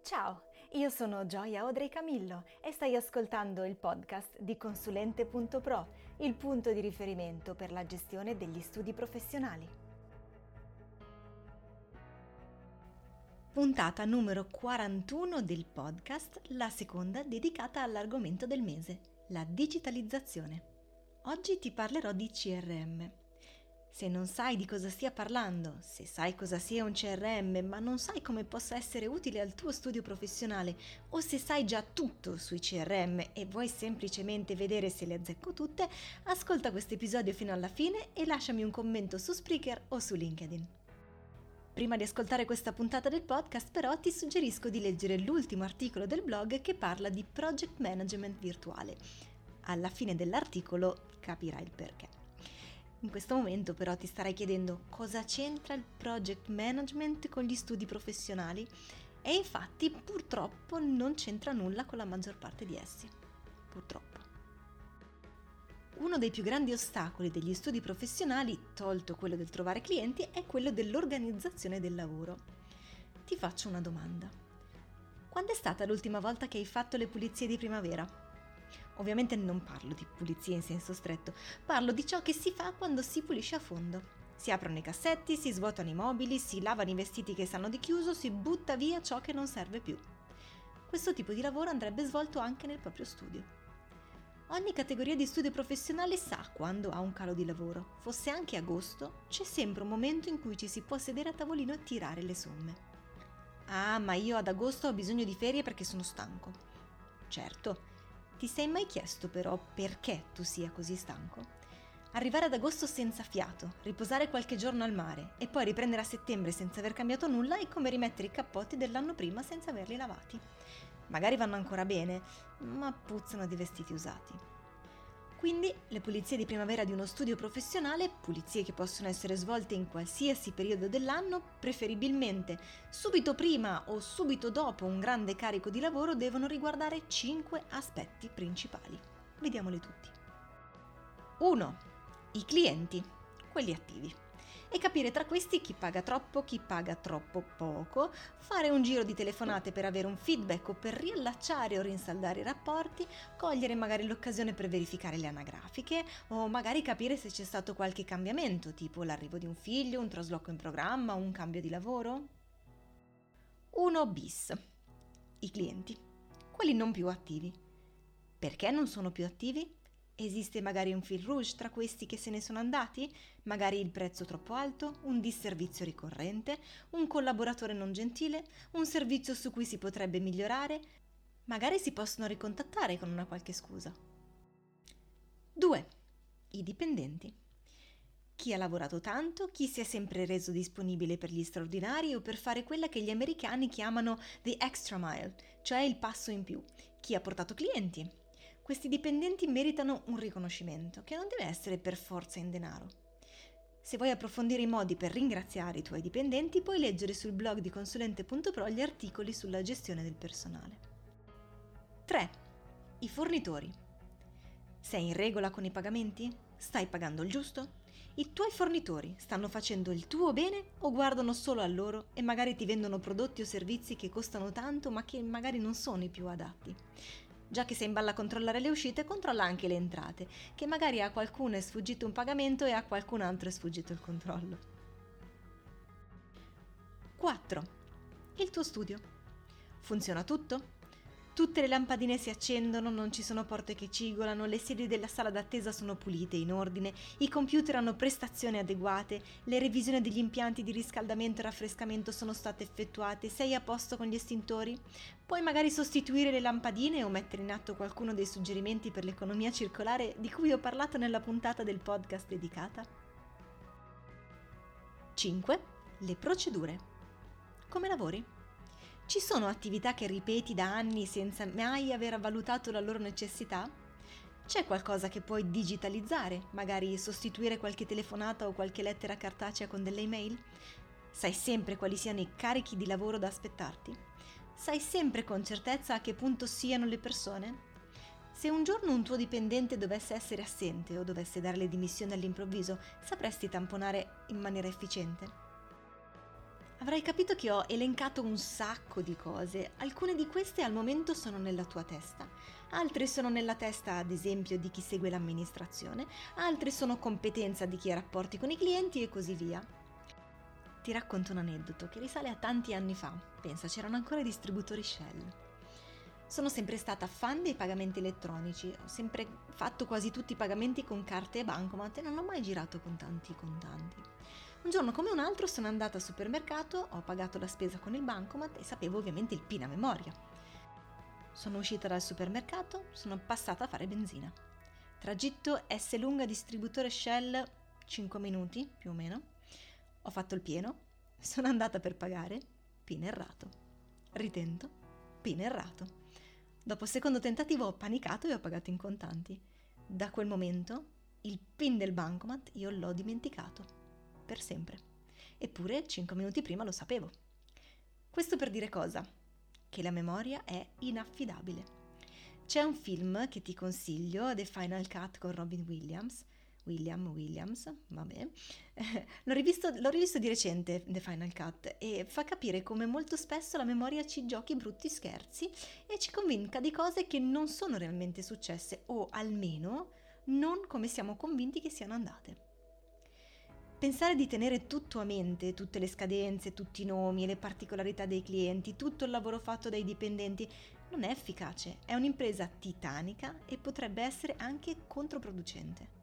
Ciao, io sono Gioia Audrey Camillo e stai ascoltando il podcast di Consulente.pro, il punto di riferimento per la gestione degli studi professionali. Puntata numero 41 del podcast, la seconda dedicata all'argomento del mese, la digitalizzazione. Oggi ti parlerò di CRM. Se non sai di cosa stia parlando, se sai cosa sia un CRM ma non sai come possa essere utile al tuo studio professionale o se sai già tutto sui CRM e vuoi semplicemente vedere se le azzecco tutte, ascolta questo episodio fino alla fine e lasciami un commento su Spreaker o su LinkedIn. Prima di ascoltare questa puntata del podcast però ti suggerisco di leggere l'ultimo articolo del blog che parla di project management virtuale. Alla fine dell'articolo capirai il perché. In questo momento però ti starai chiedendo cosa c'entra il project management con gli studi professionali e infatti purtroppo non c'entra nulla con la maggior parte di essi. Purtroppo. Uno dei più grandi ostacoli degli studi professionali, tolto quello del trovare clienti, è quello dell'organizzazione del lavoro. Ti faccio una domanda. Quando è stata l'ultima volta che hai fatto le pulizie di primavera? Ovviamente non parlo di pulizie in senso stretto, parlo di ciò che si fa quando si pulisce a fondo. Si aprono i cassetti, si svuotano i mobili, si lavano i vestiti che sanno di chiuso, si butta via ciò che non serve più. Questo tipo di lavoro andrebbe svolto anche nel proprio studio. Ogni categoria di studio professionale sa quando ha un calo di lavoro. Fosse anche agosto, c'è sempre un momento in cui ci si può sedere a tavolino e tirare le somme. Ah, ma io ad agosto ho bisogno di ferie perché sono stanco. Certo. Ti sei mai chiesto però perché tu sia così stanco? Arrivare ad agosto senza fiato, riposare qualche giorno al mare e poi riprendere a settembre senza aver cambiato nulla è come rimettere i cappotti dell'anno prima senza averli lavati. Magari vanno ancora bene, ma puzzano di vestiti usati. Quindi le pulizie di primavera di uno studio professionale, pulizie che possono essere svolte in qualsiasi periodo dell'anno, preferibilmente subito prima o subito dopo un grande carico di lavoro, devono riguardare 5 aspetti principali. Vediamoli tutti. 1. I clienti, quelli attivi. E capire tra questi chi paga troppo, chi paga troppo poco, fare un giro di telefonate per avere un feedback o per riallacciare o rinsaldare i rapporti, cogliere magari l'occasione per verificare le anagrafiche o magari capire se c'è stato qualche cambiamento, tipo l'arrivo di un figlio, un trasloco in programma o un cambio di lavoro. 1 bis. I clienti, quelli non più attivi. Perché non sono più attivi? Esiste magari un fil rouge tra questi che se ne sono andati? Magari il prezzo troppo alto, un disservizio ricorrente, un collaboratore non gentile, un servizio su cui si potrebbe migliorare? Magari si possono ricontattare con una qualche scusa. 2. I dipendenti. Chi ha lavorato tanto, chi si è sempre reso disponibile per gli straordinari o per fare quella che gli americani chiamano the extra mile, cioè il passo in più. Chi ha portato clienti. Questi dipendenti meritano un riconoscimento, che non deve essere per forza in denaro. Se vuoi approfondire i modi per ringraziare i tuoi dipendenti, puoi leggere sul blog di Consulente.pro gli articoli sulla gestione del personale. 3. I fornitori. Sei in regola con i pagamenti? Stai pagando il giusto? I tuoi fornitori stanno facendo il tuo bene o guardano solo a loro e magari ti vendono prodotti o servizi che costano tanto ma che magari non sono i più adatti? Già che sei in balla a controllare le uscite, controlla anche le entrate, che magari a qualcuno è sfuggito un pagamento e a qualcun altro è sfuggito il controllo. 4. Il tuo studio. Funziona tutto? Tutte le lampadine si accendono, non ci sono porte che cigolano, le sedie della sala d'attesa sono pulite, in ordine, i computer hanno prestazioni adeguate, le revisioni degli impianti di riscaldamento e raffrescamento sono state effettuate, sei a posto con gli estintori? Puoi magari sostituire le lampadine o mettere in atto qualcuno dei suggerimenti per l'economia circolare di cui ho parlato nella puntata del podcast dedicata? 5. Le procedure. Come lavori? Ci sono attività che ripeti da anni senza mai aver valutato la loro necessità? C'è qualcosa che puoi digitalizzare, magari sostituire qualche telefonata o qualche lettera cartacea con delle email? Sai sempre quali siano i carichi di lavoro da aspettarti? Sai sempre con certezza a che punto siano le persone? Se un giorno un tuo dipendente dovesse essere assente o dovesse dare le dimissioni all'improvviso, sapresti tamponare in maniera efficiente? Avrai capito che ho elencato un sacco di cose. Alcune di queste al momento sono nella tua testa, altre sono nella testa, ad esempio, di chi segue l'amministrazione, altre sono competenza di chi ha rapporti con i clienti e così via. Ti racconto un aneddoto che risale a tanti anni fa. Pensa, c'erano ancora i distributori Shell. Sono sempre stata fan dei pagamenti elettronici, ho sempre fatto quasi tutti i pagamenti con carte e bancomat e non ho mai girato con tanti contanti. Un giorno come un altro sono andata al supermercato, ho pagato la spesa con il bancomat e sapevo ovviamente il PIN a memoria. Sono uscita dal supermercato, sono passata a fare benzina. Tragitto S lunga distributore Shell 5 minuti più o meno. Ho fatto il pieno, sono andata per pagare, PIN errato. Ritento, PIN errato. Dopo il secondo tentativo ho panicato e ho pagato in contanti. Da quel momento il PIN del bancomat io l'ho dimenticato. Per sempre. Eppure 5 minuti prima lo sapevo. Questo per dire cosa? Che la memoria è inaffidabile. C'è un film che ti consiglio, The Final Cut con Robin Williams, vabbè. L'ho rivisto di recente, The Final Cut, e fa capire come molto spesso la memoria ci giochi brutti scherzi e ci convinca di cose che non sono realmente successe, o almeno non come siamo convinti che siano andate. Pensare di tenere tutto a mente, tutte le scadenze, tutti i nomi e le particolarità dei clienti, tutto il lavoro fatto dai dipendenti, non è efficace, è un'impresa titanica e potrebbe essere anche controproducente.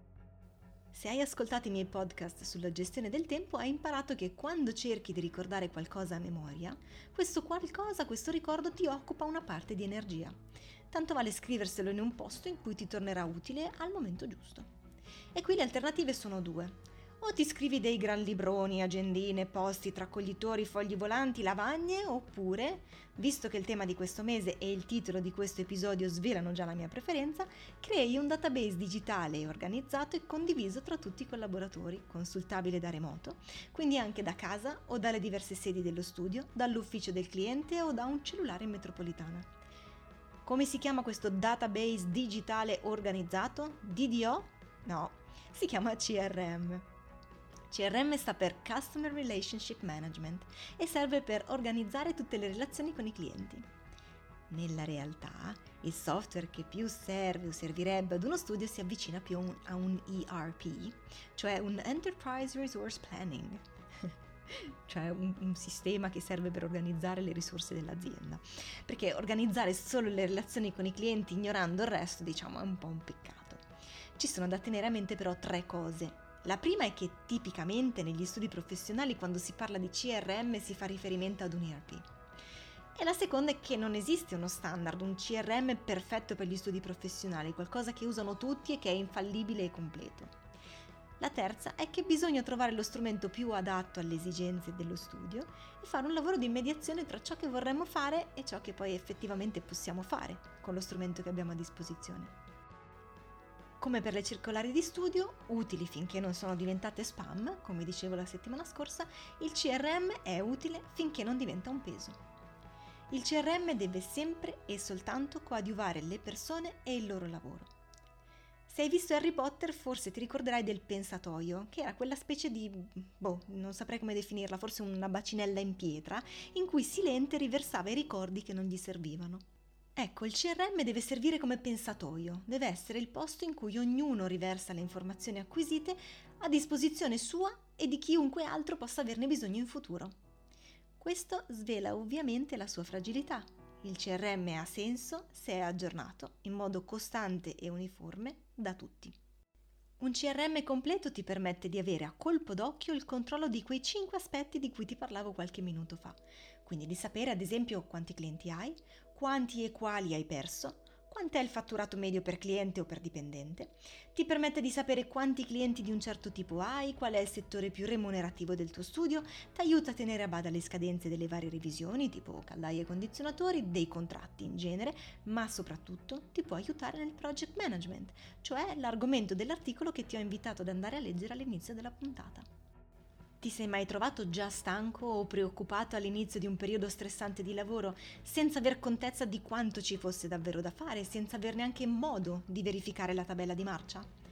Se hai ascoltato i miei podcast sulla gestione del tempo, hai imparato che quando cerchi di ricordare qualcosa a memoria, questo qualcosa, questo ricordo ti occupa una parte di energia. Tanto vale scriverselo in un posto in cui ti tornerà utile al momento giusto. E qui le alternative sono due. O ti scrivi dei gran libroni, agendine, post-it, raccoglitori, fogli volanti, lavagne, oppure, visto che il tema di questo mese e il titolo di questo episodio svelano già la mia preferenza, crei un database digitale organizzato e condiviso tra tutti i collaboratori, consultabile da remoto, quindi anche da casa o dalle diverse sedi dello studio, dall'ufficio del cliente o da un cellulare in metropolitana. Come si chiama questo database digitale organizzato? DDO? No, si chiama CRM. CRM sta per Customer Relationship Management e serve per organizzare tutte le relazioni con i clienti. Nella realtà, il software che più serve o servirebbe ad uno studio si avvicina più a un ERP, cioè un Enterprise Resource Planning, cioè un sistema che serve per organizzare le risorse dell'azienda. Perché organizzare solo le relazioni con i clienti ignorando il resto, diciamo, è un po' un peccato. Ci sono da tenere a mente però 3 cose. La prima è che tipicamente negli studi professionali quando si parla di CRM si fa riferimento ad un ERP. E la seconda è che non esiste uno standard, un CRM perfetto per gli studi professionali, qualcosa che usano tutti e che è infallibile e completo. La terza è che bisogna trovare lo strumento più adatto alle esigenze dello studio e fare un lavoro di mediazione tra ciò che vorremmo fare e ciò che poi effettivamente possiamo fare con lo strumento che abbiamo a disposizione. Come per le circolari di studio, utili finché non sono diventate spam, come dicevo la settimana scorsa, il CRM è utile finché non diventa un peso. Il CRM deve sempre e soltanto coadiuvare le persone e il loro lavoro. Se hai visto Harry Potter, forse ti ricorderai del pensatoio, che era quella specie di, non saprei come definirla, forse una bacinella in pietra, in cui Silente riversava i ricordi che non gli servivano. Ecco, il CRM deve servire come pensatoio, deve essere il posto in cui ognuno riversa le informazioni acquisite a disposizione sua e di chiunque altro possa averne bisogno in futuro. Questo svela ovviamente la sua fragilità. Il CRM ha senso se è aggiornato in modo costante e uniforme da tutti. Un CRM completo ti permette di avere a colpo d'occhio il controllo di quei 5 aspetti di cui ti parlavo qualche minuto fa. Quindi di sapere ad esempio quanti clienti hai, quanti e quali hai perso, quant'è il fatturato medio per cliente o per dipendente, ti permette di sapere quanti clienti di un certo tipo hai, qual è il settore più remunerativo del tuo studio, ti aiuta a tenere a bada le scadenze delle varie revisioni, tipo caldaie e condizionatori, dei contratti in genere, ma soprattutto ti può aiutare nel project management, cioè l'argomento dell'articolo che ti ho invitato ad andare a leggere all'inizio della puntata. Ti sei mai trovato già stanco o preoccupato all'inizio di un periodo stressante di lavoro, senza aver contezza di quanto ci fosse davvero da fare, senza aver neanche modo di verificare la tabella di marcia?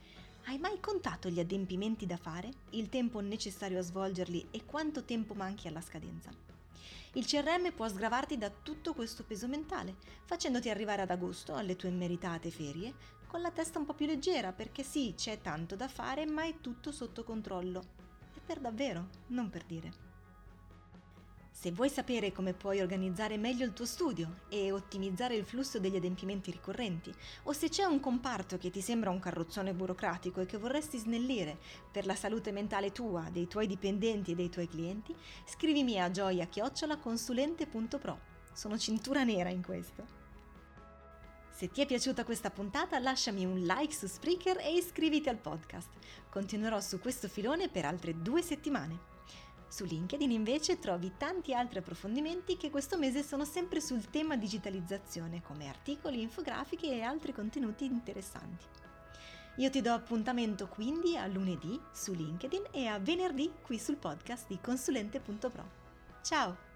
Hai mai contato gli adempimenti da fare, il tempo necessario a svolgerli e quanto tempo manchi alla scadenza? Il CRM può sgravarti da tutto questo peso mentale, facendoti arrivare ad agosto, alle tue meritate ferie, con la testa un po' più leggera, perché sì, c'è tanto da fare, ma è tutto sotto controllo. E per davvero, non per dire. Se vuoi sapere come puoi organizzare meglio il tuo studio e ottimizzare il flusso degli adempimenti ricorrenti, o se c'è un comparto che ti sembra un carrozzone burocratico e che vorresti snellire per la salute mentale tua, dei tuoi dipendenti e dei tuoi clienti, scrivimi a gioia@consulente.pro. Sono cintura nera in questo. Se ti è piaciuta questa puntata, lasciami un like su Spreaker e iscriviti al podcast. Continuerò su questo filone per altre 2 settimane. Su LinkedIn invece trovi tanti altri approfondimenti che questo mese sono sempre sul tema digitalizzazione, come articoli, infografiche e altri contenuti interessanti. Io ti do appuntamento quindi a lunedì su LinkedIn e a venerdì qui sul podcast di consulente.pro. Ciao!